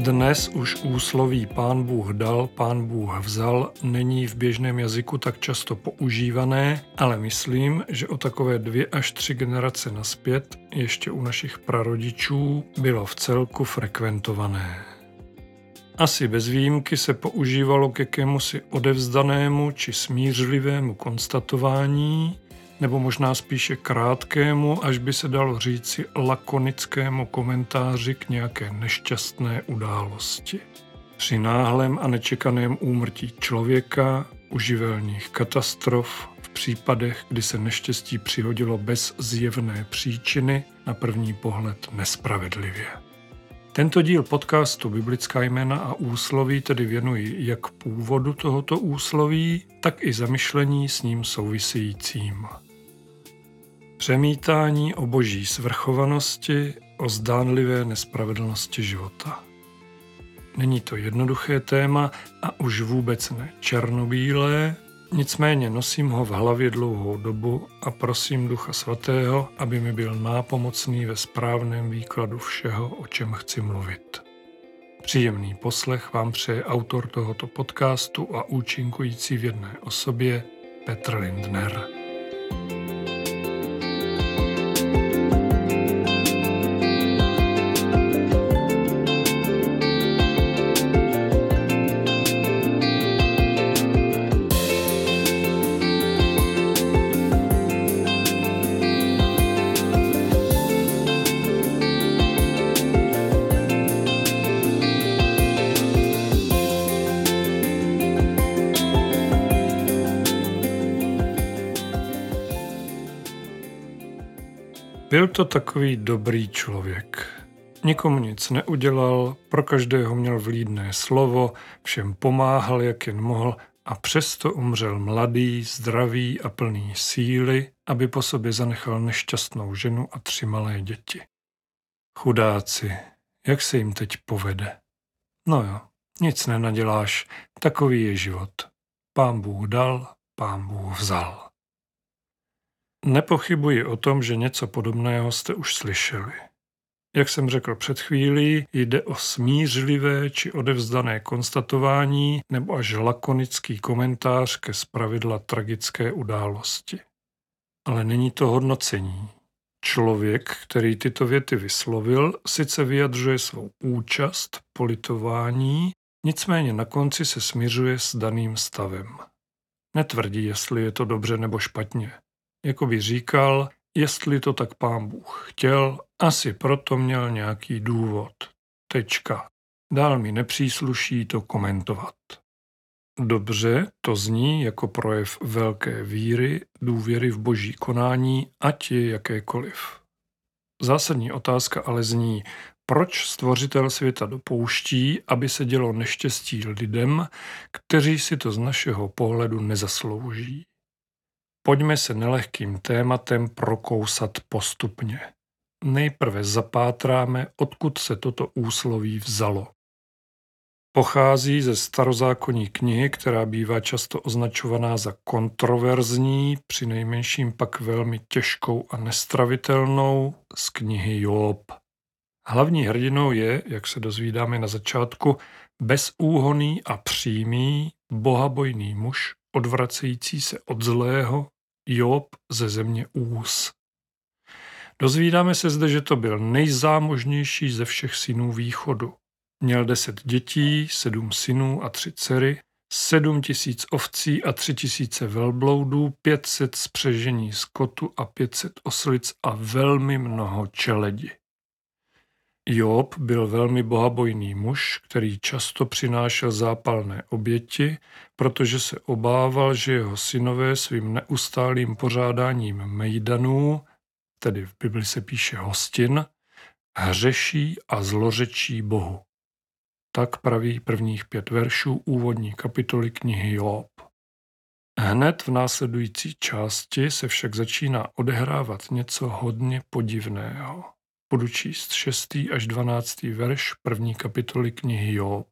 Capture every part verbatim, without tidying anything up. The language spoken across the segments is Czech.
Dnes už úsloví Pán Bůh dal, Pán Bůh vzal není v běžném jazyku tak často používané, ale myslím, že o takové dvě až tři generace nazpět, ještě u našich prarodičů, bylo v celku frekventované. Asi bez výjimky se používalo k jakémusi odevzdanému či smířlivému konstatování, nebo možná spíše krátkému, až by se dalo říci lakonickému komentáři k nějaké nešťastné události. Při náhlém a nečekaném úmrtí člověka, u živelních katastrof, v případech, kdy se neštěstí přihodilo bez zjevné příčiny, na první pohled nespravedlivě. Tento díl podcastu Biblická jména a úsloví tedy věnuji jak původu tohoto úsloví, tak i zamyšlení s ním souvisejícím. Přemítání o boží svrchovanosti, o zdánlivé nespravedlnosti života. Není to jednoduché téma a už vůbec ne černobílé, nicméně nosím ho v hlavě dlouhou dobu a prosím Ducha Svatého, aby mi byl nápomocný ve správném výkladu všeho, o čem chci mluvit. Příjemný poslech vám přeje autor tohoto podcastu a účinkující v jedné osobě Petr Lindner. Byl to takový dobrý člověk. Nikomu nic neudělal, pro každého měl vlídné slovo, všem pomáhal, jak jen mohl, a přesto umřel mladý, zdravý a plný síly, aby po sobě zanechal nešťastnou ženu a tři malé děti. Chudáci, jak se jim teď povede? No jo, nic nenaděláš, takový je život. Pán Bůh dal, Pán Bůh vzal. Nepochybuji o tom, že něco podobného jste už slyšeli. Jak jsem řekl před chvílí, jde o smířlivé či odevzdané konstatování nebo až lakonický komentář ke zpravidla tragické události. Ale není to hodnocení. Člověk, který tyto věty vyslovil, sice vyjadřuje svou účast, politování, nicméně na konci se smiřuje s daným stavem. Netvrdí, jestli je to dobře nebo špatně. Jakoby říkal, jestli to tak Pán Bůh chtěl, asi proto měl nějaký důvod. Tečka. Dál mi nepřísluší to komentovat. Dobře, to zní jako projev velké víry, důvěry v boží konání, ať je jakékoliv. Zásadní otázka ale zní, proč Stvořitel světa dopouští, aby se dělo neštěstí lidem, kteří si to z našeho pohledu nezaslouží. Pojďme se nelehkým tématem prokousat postupně. Nejprve zapátráme, odkud se toto úsloví vzalo. Pochází ze starozákonní knihy, která bývá často označovaná za kontroverzní, přinejmenším pak velmi těžkou a nestravitelnou, z knihy Job. Hlavní hrdinou je, jak se dozvídáme na začátku, bezúhonný a přímý, bohabojný muž, odvracející se od zlého, Job ze země Úz. Dozvídáme se zde, že to byl nejzámožnější ze všech synů východu. Měl deset dětí, sedm synů a tři dcery, sedm tisíc ovcí a tři tisíce velbloudů, pět set spřežení skotu a pět set oslic a velmi mnoho čeledi. Job byl velmi bohabojný muž, který často přinášel zápalné oběti, protože se obával, že jeho synové svým neustálým pořádáním mejdanů, tedy v Bibli se píše hostin, hřeší a zlořečí Bohu. Tak praví prvních pět veršů úvodní kapitoly knihy Job. Hned v následující části se však začíná odehrávat něco hodně podivného. Budu číst šestý až dvanáctý verš první kapitoly knihy Job.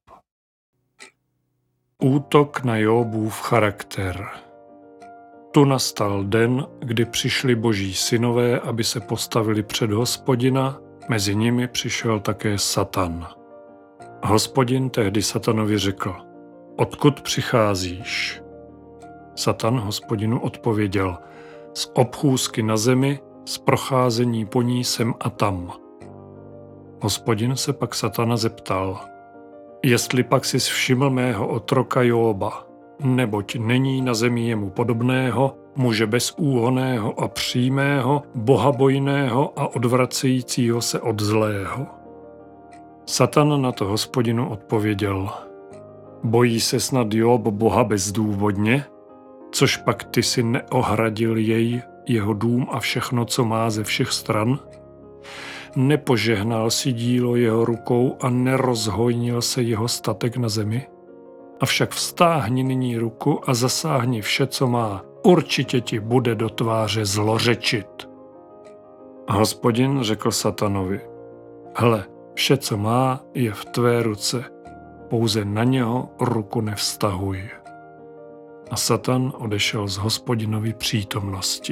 Útok na Jobův charakter. Tu nastal den, kdy přišli boží synové, aby se postavili před Hospodina, mezi nimi přišel také Satan. Hospodin tehdy Satanovi řekl: Odkud přicházíš? Satan Hospodinu odpověděl: Z obchůzky na zemi, z procházení po ní sem a tam. Hospodin se pak Satana zeptal: Jestli pak jsi všiml mého otroka Jóba, neboť není na zemi jemu podobného, muže bezúhonného a přímého, bohabojného a odvracejícího se od zlého. Satan na to Hospodinu odpověděl: Bojí se snad Jób Boha bezdůvodně? Což pak ty si neohradil jej, jeho dům a všechno, co má ze všech stran? Nepožehnal si dílo jeho rukou a nerozhojnil se jeho statek na zemi? Avšak vztáhni nyní ruku a zasáhni vše, co má. Určitě ti bude do tváře zlořečit. Hospodin řekl Satanovi: Hle, vše, co má, je v tvé ruce. Pouze na něho ruku nevztahuj. A Satan odešel z Hospodinovy přítomnosti.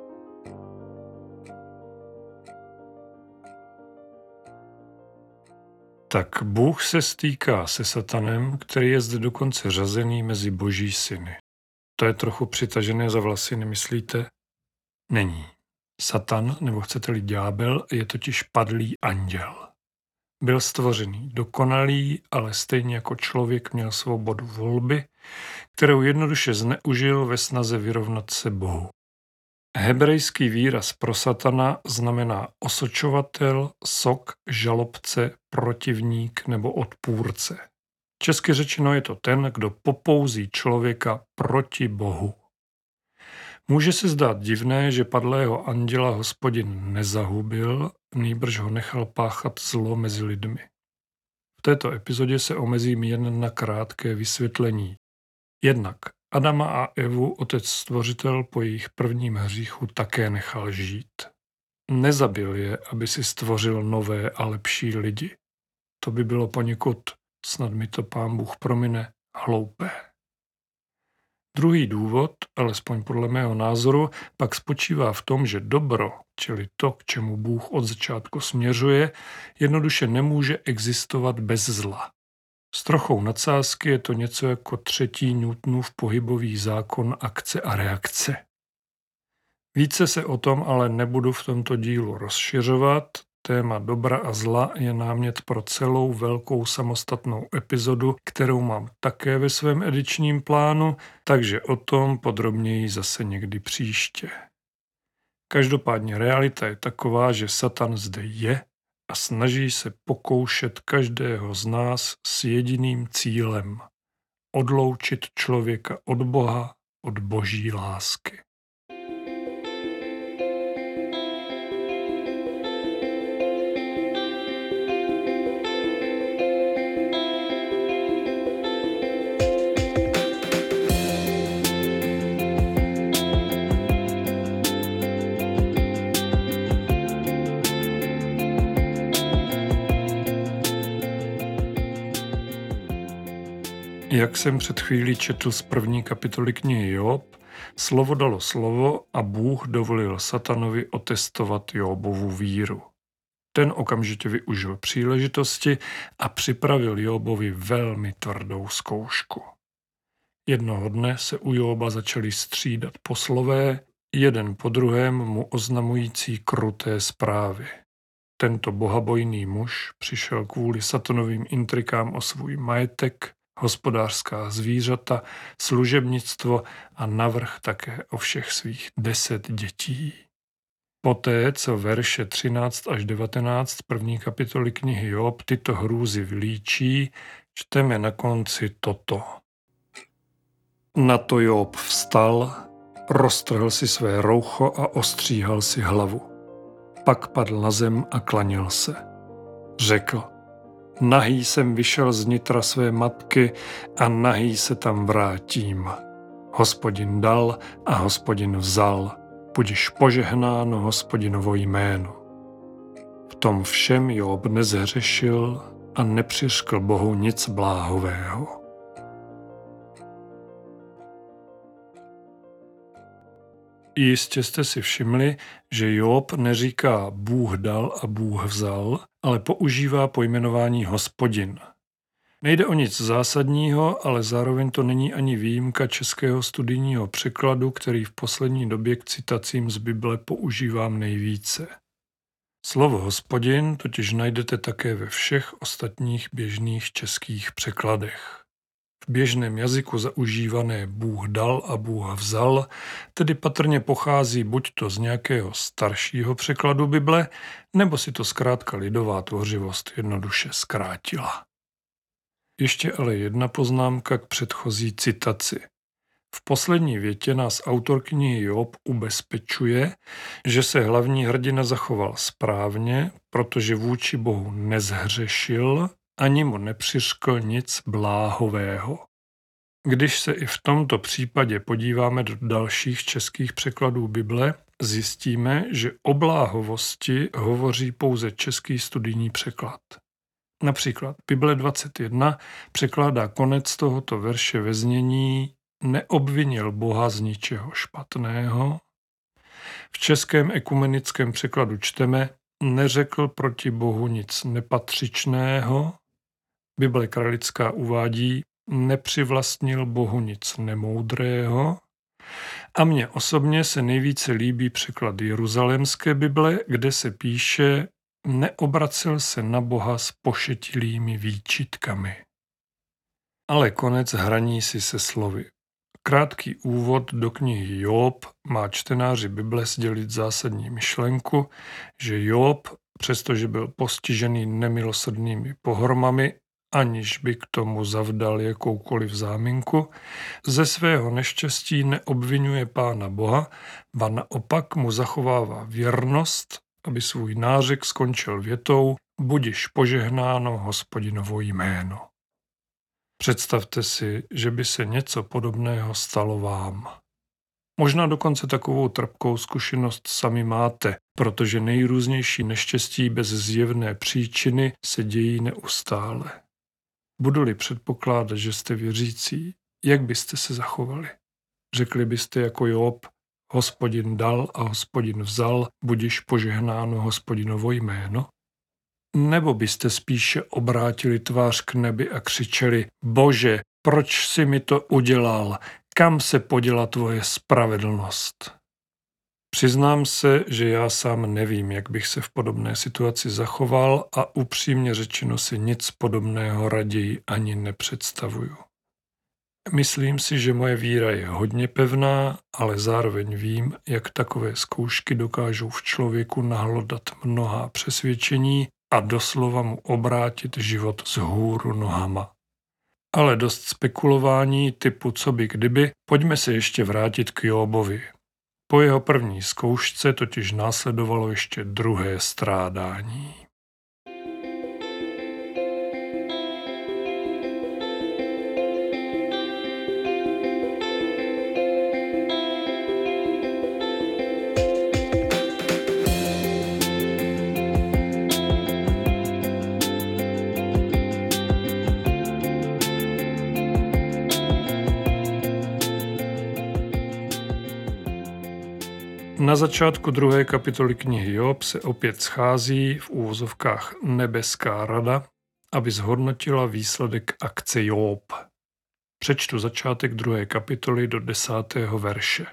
Tak Bůh se stýká se Satanem, který je zde dokonce řazený mezi boží syny. To je trochu přitažené za vlasy, nemyslíte? Není. Satan, nebo chcete-li ďábel, je totiž padlý anděl. Byl stvořený dokonalý, ale stejně jako člověk měl svobodu volby, kterou jednoduše zneužil ve snaze vyrovnat se Bohu. Hebrejský výraz pro Satana znamená osočovatel, sok, žalobce, protivník nebo odpůrce. Česky řečeno je to ten, kdo popouzí člověka proti Bohu. Může se zdát divné, že padlého anděla Hospodin nezahubil, nýbrž ho nechal páchat zlo mezi lidmi. V této epizodě se omezím jen na krátké vysvětlení. Jednak Adama a Evu otec stvořitel po jejich prvním hříchu také nechal žít. Nezabil je, aby si stvořil nové a lepší lidi. To by bylo poněkud, snad mi to Pán Bůh promine, hloupé. Druhý důvod, alespoň podle mého názoru, pak spočívá v tom, že dobro, čili to, k čemu Bůh od začátku směřuje, jednoduše nemůže existovat bez zla. S trochou nadsázky je to něco jako třetí Newtonův pohybový zákon akce a reakce. Více se o tom ale nebudu v tomto dílu rozšiřovat. Téma dobra a zla je námět pro celou velkou samostatnou epizodu, kterou mám také ve svém edičním plánu, takže o tom podrobněji zase někdy příště. Každopádně realita je taková, že Satan zde je a snaží se pokoušet každého z nás s jediným cílem – odloučit člověka od Boha, od boží lásky. Jak jsem před chvílí četl z první kapitoly knihy Job, slovo dalo slovo a Bůh dovolil Satanovi otestovat Jobovu víru. Ten okamžitě využil příležitosti a připravil Jobovi velmi tvrdou zkoušku. Jednoho dne se u Joba začali střídat poslové, jeden po druhém mu oznamující kruté zprávy. Tento bohabojný muž přišel kvůli Satanovým intrikám o svůj majetek, hospodářská zvířata, služebnictvo a navrch také o všech svých deset dětí. Poté, co verše třináct až devatenáct první kapitoly knihy Job tyto hrůzy vylíčí, čteme na konci toto. Na to Job vstal, roztrhl si své roucho a ostříhal si hlavu. Pak padl na zem a klanil se. Řekl: Nahý jsem vyšel z nitra své matky a nahý se tam vrátím. Hospodin dal a Hospodin vzal. Budiž požehnáno Hospodinovo jméno. V tom všem Job nezhřešil a nepřiřkl Bohu nic bláhového. Jistě jste si všimli, že Job neříká Bůh dal a Bůh vzal, ale používá pojmenování Hospodin. Nejde o nic zásadního, ale zároveň to není ani výjimka českého studijního překladu, který v poslední době k citacím z Bible používám nejvíce. Slovo Hospodin totiž najdete také ve všech ostatních běžných českých překladech. V běžném jazyku zaužívané Bůh dal a Bůh vzal, tedy patrně pochází buď to z nějakého staršího překladu Bible, nebo si to zkrátka lidová tvořivost jednoduše zkrátila. Ještě ale jedna poznámka k předchozí citaci. V poslední větě nás autor knihy Job ubezpečuje, že se hlavní hrdina zachoval správně, protože vůči Bohu nezhřešil, ani mu nepřiřkl nic bláhového. Když se i v tomto případě podíváme do dalších českých překladů Bible, zjistíme, že o bláhovosti hovoří pouze český studijní překlad. Například Bible dvacet jedna překládá konec tohoto verše ve znění neobvinil Boha z ničeho špatného. V českém ekumenickém překladu čteme neřekl proti Bohu nic nepatřičného. Bible kralická uvádí nepřivlastnil Bohu nic nemoudrého. A mně osobně se nejvíce líbí překlad Jeruzalémské Bible, kde se píše neobracel se na Boha s pošetilými výčitkami. Ale konec hraní si se slovy. Krátký úvod do knihy Job má čtenáři Bible sdělit zásadní myšlenku, že Job, přestože byl postižený nemilosrdnými pohromami, aniž by k tomu zavdal jakoukoliv záminku, ze svého neštěstí neobvinuje Pána Boha, ba naopak mu zachovává věrnost, aby svůj nářek skončil větou budiž požehnáno Hospodinovo jméno. Představte si, že by se něco podobného stalo vám. Možná dokonce takovou trpkou zkušenost sami máte, protože nejrůznější neštěstí bez zjevné příčiny se dějí neustále. Budu-li předpokládat, že jste věřící, jak byste se zachovali? Řekli byste jako Job, Hospodin dal a Hospodin vzal, budiž požehnáno Hospodinovo jméno? Nebo byste spíše obrátili tvář k nebi a křičeli, Bože, proč jsi mi to udělal? Kam se poděla tvoje spravedlnost? Přiznám se, že já sám nevím, jak bych se v podobné situaci zachoval a upřímně řečeno si nic podobného raději ani nepředstavuju. Myslím si, že moje víra je hodně pevná, ale zároveň vím, jak takové zkoušky dokážou v člověku nahlodat mnohá přesvědčení a doslova mu obrátit život z hůru nohama. Ale dost spekulování typu co by kdyby, pojďme se ještě vrátit k Jobovi. Po jeho první zkoušce totiž následovalo ještě druhé strádání. Na začátku druhé kapitoly knihy Job se opět schází v úvozovkách nebeská rada, aby zhodnotila výsledek akce Job. Přečtu začátek druhé kapitoly do desátého verše.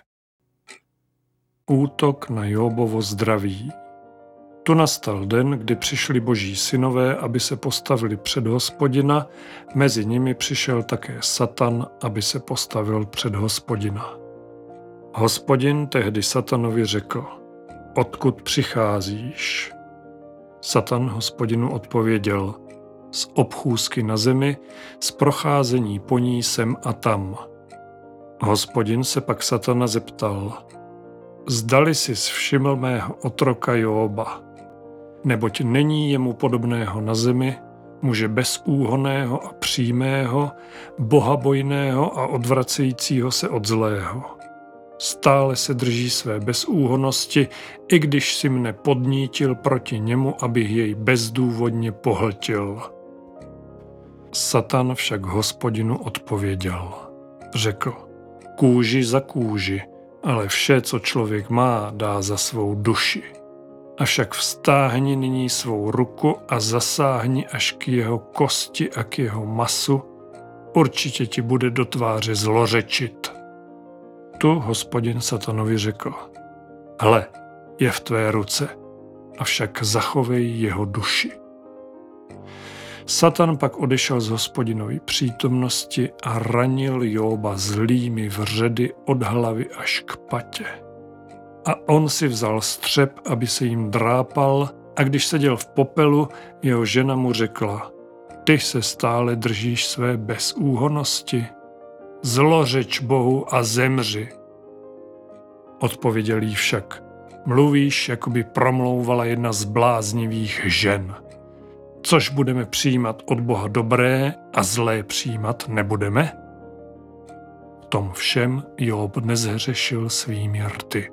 Útok na Jobovo zdraví. Tu nastal den, kdy přišli boží synové, aby se postavili před Hospodina, mezi nimi přišel také Satan, aby se postavil před Hospodina. Hospodin tehdy Satanovi řekl, odkud přicházíš? Satan Hospodinu odpověděl, z obchůzky na zemi, z procházení po ní sem a tam. Hospodin se pak Satana zeptal, zdali jsi všiml mého otroka Joba, neboť není jemu podobného na zemi, muže bezúhonného a přímého, bohabojného a odvracejícího se od zlého. Stále se drží své bezúhonnosti, i když si mne podnítil proti němu, abych jej bezdůvodně pohltil. Satan však Hospodinu odpověděl. Řekl, kůži za kůži, ale vše, co člověk má, dá za svou duši. Avšak vztáhni nyní svou ruku a zasáhni až k jeho kosti a k jeho masu, určitě ti bude do tváře zlořečit. Tu Hospodin Satanovi řekl: Hle, je v tvé ruce, avšak zachovej jeho duši. Satan pak odešel z Hospodinovy přítomnosti a ranil Jóba zlými vředy od hlavy až k patě. A on si vzal střep, aby se jim drápal, a když seděl v popelu, jeho žena mu řekla: Ty se stále držíš své bezúhonnosti, zlořeč Bohu a zemři. Odpověděl jí však: Mluvíš, jako by promlouvala jedna z bláznivých žen. Což budeme přijímat od Boha dobré a zlé přijímat nebudeme? V tom všem Jób nezhřešil svými rty.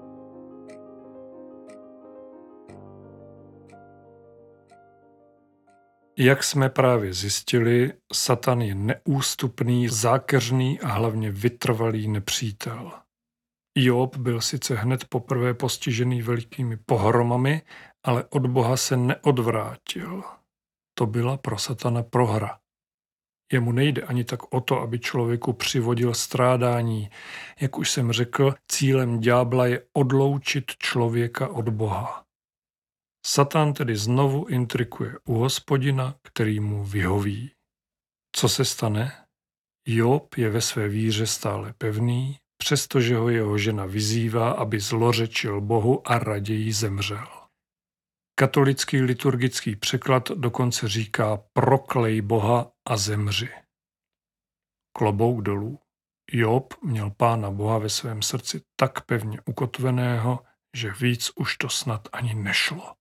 Jak jsme právě zjistili, Satan je neústupný, zákeřný a hlavně vytrvalý nepřítel. Jób byl sice hned poprvé postižený velikými pohromami, ale od Boha se neodvrátil. To byla pro Satana prohra. Jemu nejde ani tak o to, aby člověku přivodil strádání. Jak už jsem řekl, cílem ďábla je odloučit člověka od Boha. Satan tedy znovu intrikuje u Hospodina, který mu vyhoví. Co se stane? Jób je ve své víře stále pevný, přestože ho jeho žena vyzývá, aby zlořečil Bohu a raději zemřel. Katolický liturgický překlad dokonce říká: proklej Boha a zemři. Klobouk dolů. Jób měl Pána Boha ve svém srdci tak pevně ukotveného, že víc už to snad ani nešlo.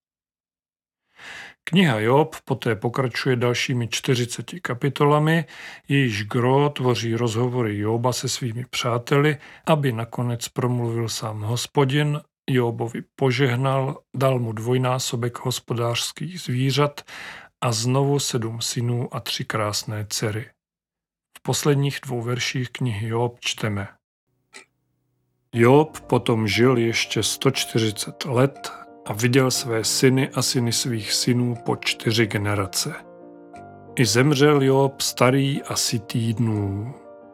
Kniha Jób poté pokračuje dalšími čtyřiceti kapitolami, jejíž gro tvoří rozhovory Jóba se svými přáteli, aby nakonec promluvil sám Hospodin, Jóbovi požehnal, dal mu dvojnásobek hospodářských zvířat a znovu sedm synů a tři krásné dcery. V posledních dvou verších knihy Jób čteme: Jób potom žil ještě sto čtyřicet let a viděl své syny a syny svých synů po čtyři generace. I zemřel Jób starý a sytý dnů.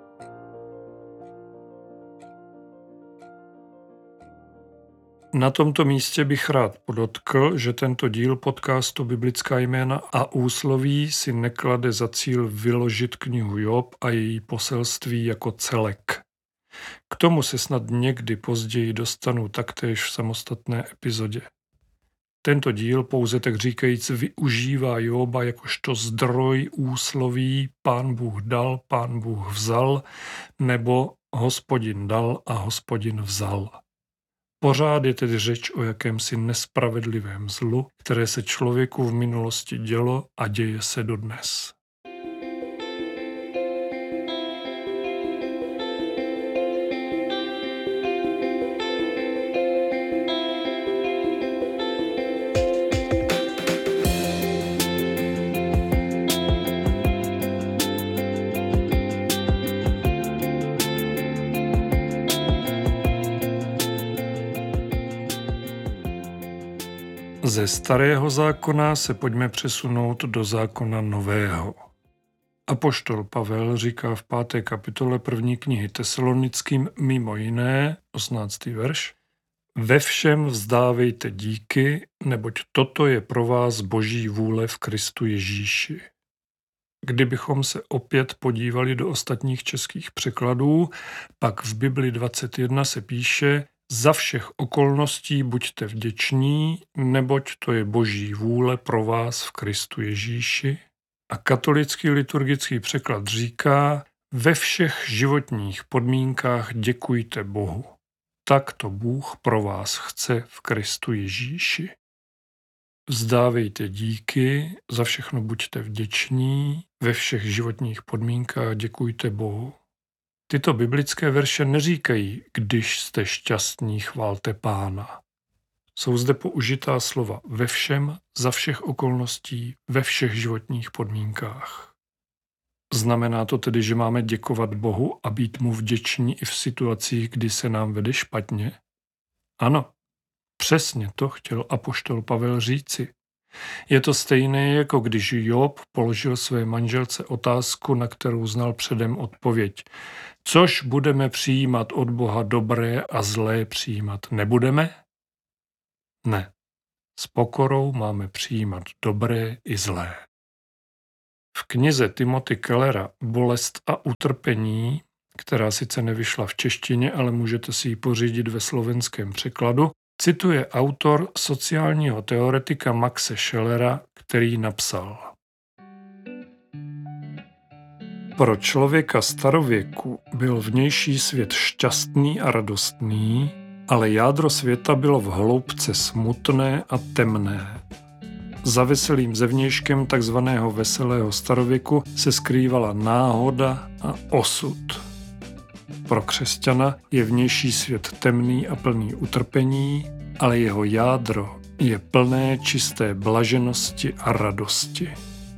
Na tomto místě bych rád podotkl, že tento díl podcastu Biblická jména a úsloví si neklade za cíl vyložit knihu Jób a její poselství jako celek. K tomu se snad někdy později dostanu taktéž v samostatné epizodě. Tento díl pouze tak říkajíc využívá Jóba jakožto zdroj úsloví Pán Bůh dal, Pán Bůh vzal, nebo Hospodin dal a Hospodin vzal. Pořád je tedy řeč o jakémsi nespravedlivém zlu, které se člověku v minulosti dělo a děje se dodnes. Ze starého zákona se pojďme přesunout do zákona nového. Apoštol Pavel říká v páté kapitole první knihy Tesalonickým mimo jiné, osmnáctý verš: Ve všem vzdávejte díky, neboť toto je pro vás Boží vůle v Kristu Ježíši. Kdybychom se opět podívali do ostatních českých překladů, pak v Bibli dvacet jedna se píše: Za všech okolností buďte vděční, neboť to je Boží vůle pro vás v Kristu Ježíši. A katolický liturgický překlad říká: Ve všech životních podmínkách děkujte Bohu. Tak to Bůh pro vás chce v Kristu Ježíši. Vzdávejte díky, za všechno buďte vděční, ve všech životních podmínkách děkujte Bohu. Tyto biblické verše neříkají, když jste šťastní, chválte Pána. Jsou zde použitá slova ve všem, za všech okolností, ve všech životních podmínkách. Znamená to tedy, že máme děkovat Bohu a být mu vděční i v situacích, kdy se nám vede špatně? Ano, Přesně to chtěl apoštol Pavel říci. Je to stejné, jako když Job položil své manželce otázku, na kterou znal předem odpověď. Což budeme přijímat od Boha dobré a zlé přijímat nebudeme? Ne. S pokorou máme přijímat dobré i zlé. V knize Timothy Kellera Bolest a utrpení, která sice nevyšla v češtině, ale můžete si ji pořídit ve slovenském překladu, cituje autor sociálního teoretika Maxe Schellera, který napsal: Pro člověka starověku byl vnější svět šťastný a radostný, ale jádro světa bylo v hloubce smutné a temné. Za veselým zevnějškem takzvaného veselého starověku se skrývala náhoda a osud. Pro křesťana je vnější svět temný a plný utrpení, ale jeho jádro je plné čisté blaženosti a radosti.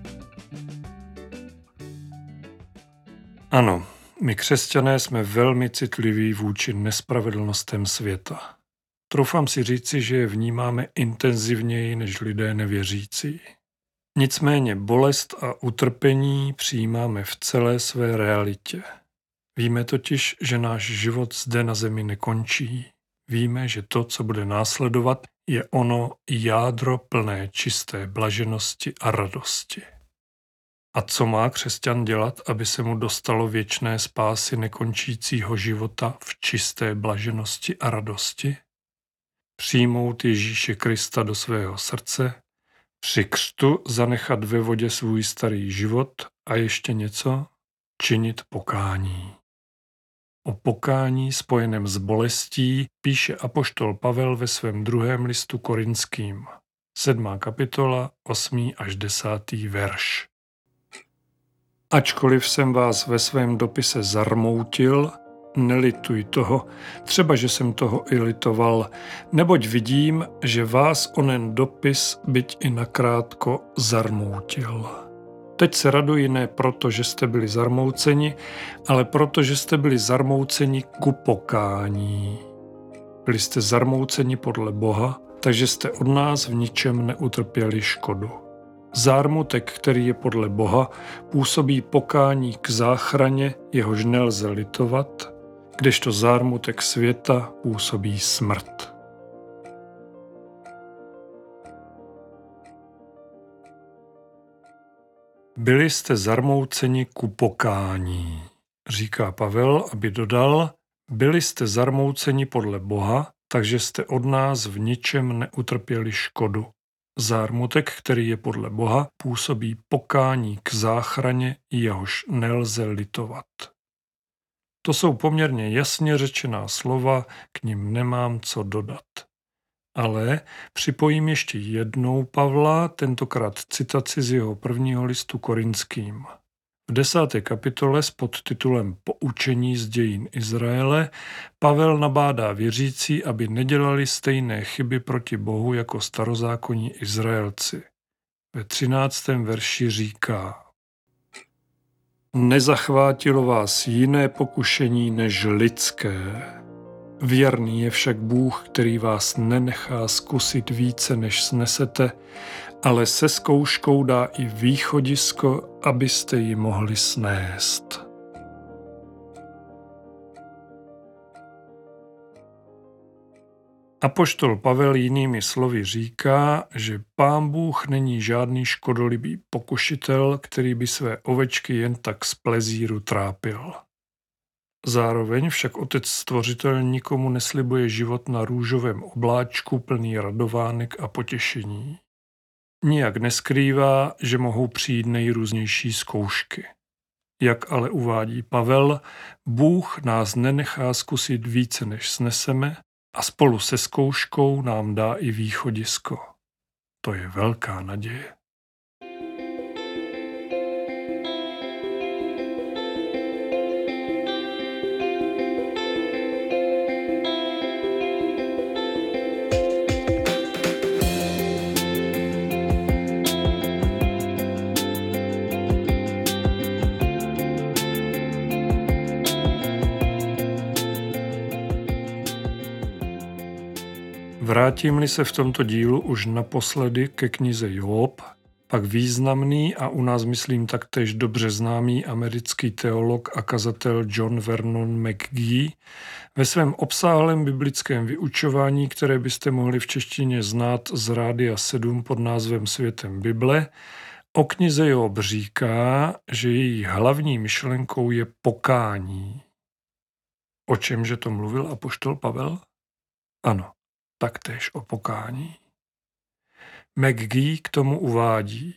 Ano, my křesťané jsme velmi citliví vůči nespravedlnostem světa. Troufám si říci, že je vnímáme intenzivněji než lidé nevěřící. Nicméně bolest a utrpení přijímáme v celé své realitě. Víme totiž, že náš život zde na zemi nekončí. Víme, že to, co bude následovat, je ono jádro plné čisté blaženosti a radosti. A co má křesťan dělat, aby se mu dostalo věčné spásy nekončícího života v čisté blaženosti a radosti? Přijmout Ježíše Krista do svého srdce, při křtu zanechat ve vodě svůj starý život a ještě něco? Činit pokání. O pokání spojeném s bolestí píše apoštol Pavel ve svém druhém listu Korinským. Sedmá kapitola, osmý až desátý verš. Ačkoliv jsem vás ve svém dopise zarmoutil, nelituj toho, třeba že jsem toho i litoval, neboť vidím, že vás onen dopis, byť i nakrátko, zarmoutil. Teď se raduji ne proto, že jste byli zarmouceni, ale proto, že jste byli zarmouceni ku pokání. Byli jste zarmouceni podle Boha, takže jste od nás v ničem neutrpěli škodu. Zármutek, který je podle Boha, působí pokání k záchraně, jehož nelze litovat, kdežto zármutek světa působí smrt. Byli jste zarmouceni ku pokání, říká Pavel, aby dodal, byli jste zarmouceni podle Boha, takže jste od nás v ničem neutrpěli škodu. Zármutek, který je podle Boha, působí pokání k záchraně, jehož nelze litovat. To jsou poměrně jasně řečená slova, k nim nemám co dodat. Ale připojím ještě jednou Pavla, tentokrát citaci z jeho prvního listu Korinským. V desáté kapitole s podtitulem Poučení z dějin Izraele Pavel nabádá věřící, aby nedělali stejné chyby proti Bohu jako starozákonní Izraelci. Ve třináctém verši říká: Nezachvátilo vás jiné pokušení než lidské. Věrný je však Bůh, který vás nenechá zkusit více, než snesete, ale se zkouškou dá i východisko, abyste ji mohli snést. Apoštol Pavel jinými slovy říká, že Pán Bůh není žádný škodolibý pokušitel, který by své ovečky jen tak z plezíru trápil. Zároveň však Otec Stvořitel nikomu neslibuje život na růžovém obláčku plný radovánek a potěšení. Nijak neskrývá, že mohou přijít nejrůznější zkoušky. Jak ale uvádí Pavel, Bůh nás nenechá zkusit více, než sneseme, a spolu se zkouškou nám dá i východisko. To je velká naděje. Vrátím-li se v tomto dílu už naposledy ke knize Job, pak významný a u nás myslím taktéž dobře známý americký teolog a kazatel John Vernon McGee ve svém obsáhlém biblickém vyučování, které byste mohli v češtině znát z Rádia sedm pod názvem Světem Bible, o knize Job říká, že její hlavní myšlenkou je pokání. O čemže to mluvil apoštol Pavel? Ano, taktéž o pokání. McGee k tomu uvádí.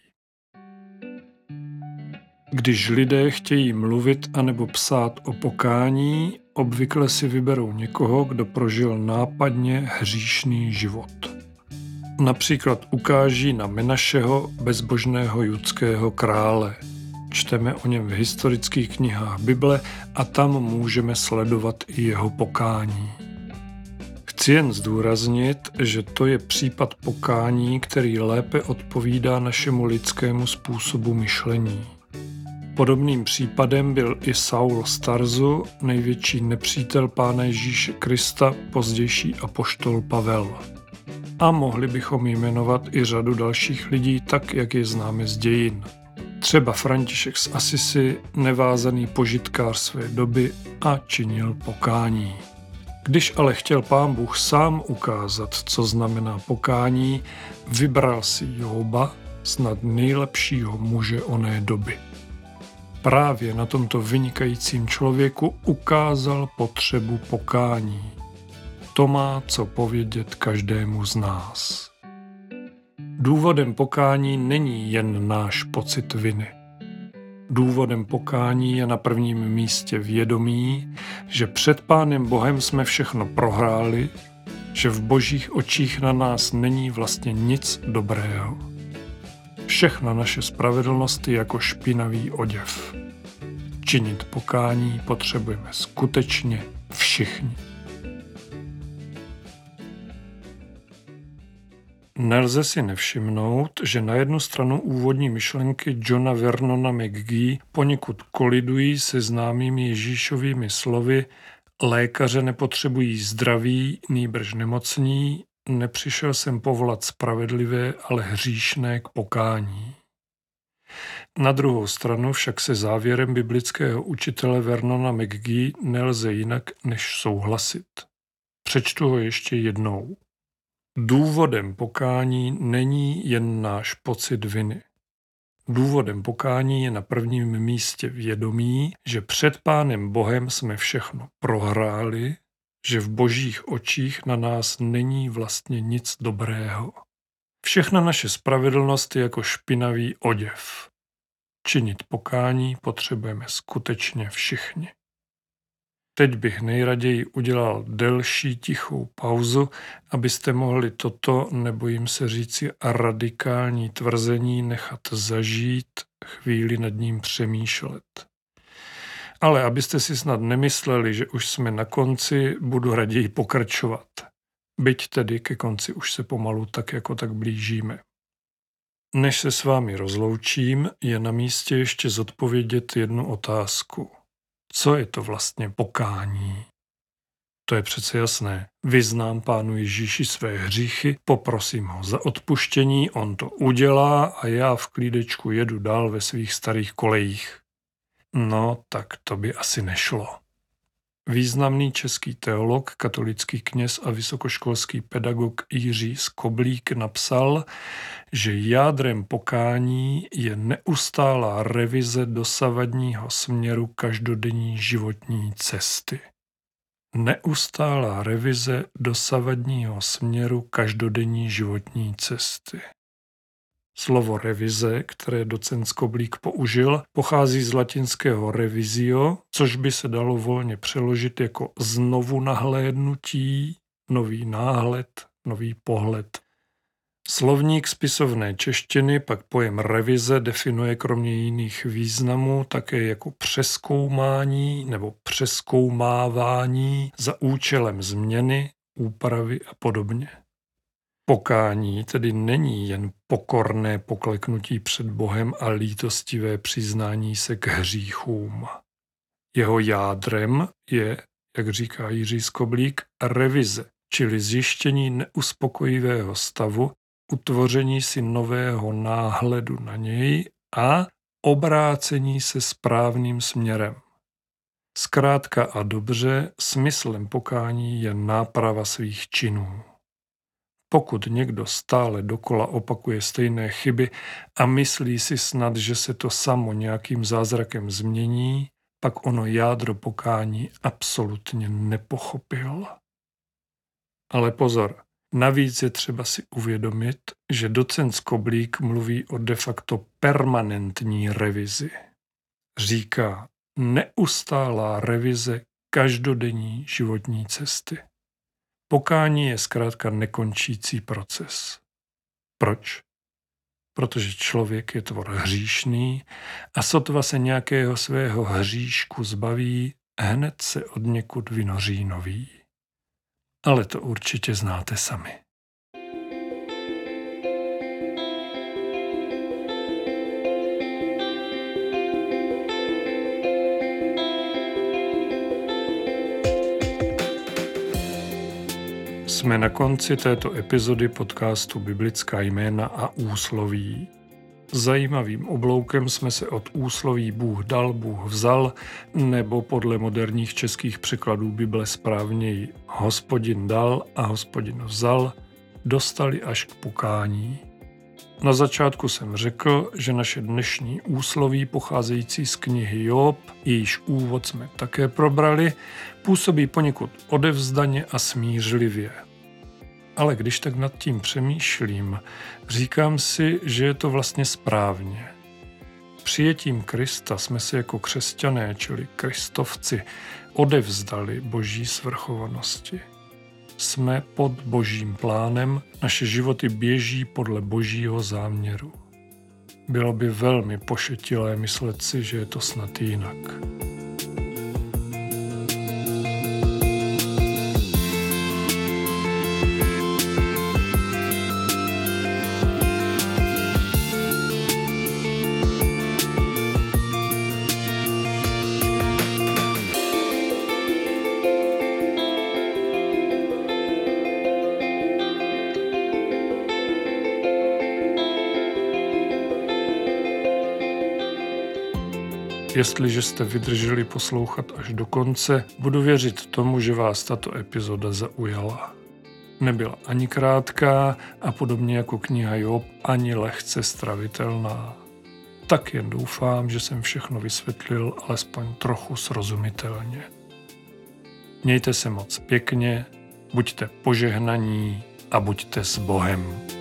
Když lidé chtějí mluvit anebo psát o pokání, obvykle si vyberou někoho, kdo prožil nápadně hříšný život. Například ukáží na Menašeho, bezbožného judského krále. Čteme o něm v historických knihách Bible a tam můžeme sledovat i jeho pokání. Chci jen zdůraznit, že to je případ pokání, který lépe odpovídá našemu lidskému způsobu myšlení. Podobným případem byl i Saul z Tarzu, největší nepřítel Pána Ježíše Krista, pozdější apoštol Pavel. A mohli bychom jmenovat i řadu dalších lidí tak, jak je známe z dějin. Třeba František z Asisi, nevázaný požitkář své doby a činil pokání. Když ale chtěl Pán Bůh sám ukázat, co znamená pokání, vybral si Joba, snad nejlepšího muže oné doby. Právě na tomto vynikajícím člověku ukázal potřebu pokání. To má co povědět každému z nás. Důvodem pokání není jen náš pocit viny. Důvodem pokání je na prvním místě vědomí, že před Pánem Bohem jsme všechno prohráli, že v Božích očích na nás není vlastně nic dobrého. Všechna naše spravedlnost je jako špinavý oděv. Činit pokání potřebujeme skutečně všichni. Nelze si nevšimnout, že na jednu stranu úvodní myšlenky Johna Vernona McGee poněkud kolidují se známými Ježíšovými slovy lékaře nepotřebují zdraví, nýbrž nemocní, nepřišel jsem povolat spravedlivé, ale hříšné k pokání. Na druhou stranu však se závěrem biblického učitele Vernona McGee nelze jinak než souhlasit. Přečtu ho ještě jednou. Důvodem pokání není jen náš pocit viny. Důvodem pokání je na prvním místě vědomí, že před Pánem Bohem jsme všechno prohráli, že v Božích očích na nás není vlastně nic dobrého. Všechna naše spravedlnost je jako špinavý oděv. Činit pokání potřebujeme skutečně všichni. Teď bych nejraději udělal delší tichou pauzu, abyste mohli toto, nebojím se říci, radikální tvrzení nechat zažít, chvíli nad ním přemýšlet. Ale abyste si snad nemysleli, že už jsme na konci, budu raději pokračovat. Byť tedy ke konci už se pomalu tak jako tak blížíme. Než se s vámi rozloučím, je na místě ještě zodpovědět jednu otázku. Co je to vlastně pokání? To je přece jasné. Vyznám Pánu Ježíši své hříchy, poprosím ho za odpuštění, on to udělá a já v klídečku jedu dál ve svých starých kolejích. No, tak to by asi nešlo. Významný český teolog, katolický kněz a vysokoškolský pedagog Jiří Skoblík napsal, že jádrem pokání je neustálá revize dosavadního směru každodenní životní cesty. Neustálá revize dosavadního směru každodenní životní cesty. Slovo revize, které docent Skoblík použil, pochází z latinského revisio, což by se dalo volně přeložit jako znovu nahlédnutí, nový náhled, nový pohled. Slovník spisovné češtiny pak pojem revize definuje kromě jiných významů také jako přezkoumání nebo přezkoumávání za účelem změny, úpravy a podobně. Pokání tedy není jen pokorné pokleknutí před Bohem a lítostivé přiznání se k hříchům. Jeho jádrem je, jak říká Jiří Skoblík, revize, čili zjištění neuspokojivého stavu, utvoření si nového náhledu na něj a obrácení se správným směrem. Zkrátka a dobře, smyslem pokání je náprava svých činů. Pokud někdo stále dokola opakuje stejné chyby a myslí si snad, že se to samo nějakým zázrakem změní, pak ono jádro pokání absolutně nepochopil. Ale pozor, navíc je třeba si uvědomit, že docent Skoblík mluví o de facto permanentní revizi. Říká neustálá revize každodenní životní cesty. Pokání je zkrátka nekončící proces. Proč? Protože člověk je tvor hříšný a sotva se nějakého svého hříšku zbaví, hned se od někud vynoří nový. Ale to určitě znáte sami. Jsme na konci této epizody podcastu Biblická jména a úsloví. Zajímavým obloukem jsme se od úsloví Bůh dal, Bůh vzal, nebo podle moderních českých překladů Bible správněji Hospodin dal a Hospodin vzal, dostali až k pokání. Na začátku jsem řekl, že naše dnešní úsloví pocházející z knihy Job, jejíž úvod jsme také probrali, působí poněkud odevzdaně a smířlivě. Ale když tak nad tím přemýšlím, říkám si, že je to vlastně správně. Přijetím Krista jsme se jako křesťané, čili kristovci, odevzdali Boží svrchovanosti. Jsme pod Božím plánem, naše životy běží podle Božího záměru. Bylo by velmi pošetilé myslet si, že je to snad jinak. Jestliže jste vydrželi poslouchat až do konce, budu věřit tomu, že vás tato epizoda zaujala. Nebyla ani krátká a podobně jako kniha Job ani lehce stravitelná. Tak jen doufám, že jsem všechno vysvětlil alespoň trochu srozumitelně. Mějte se moc pěkně, buďte požehnaní a buďte s Bohem.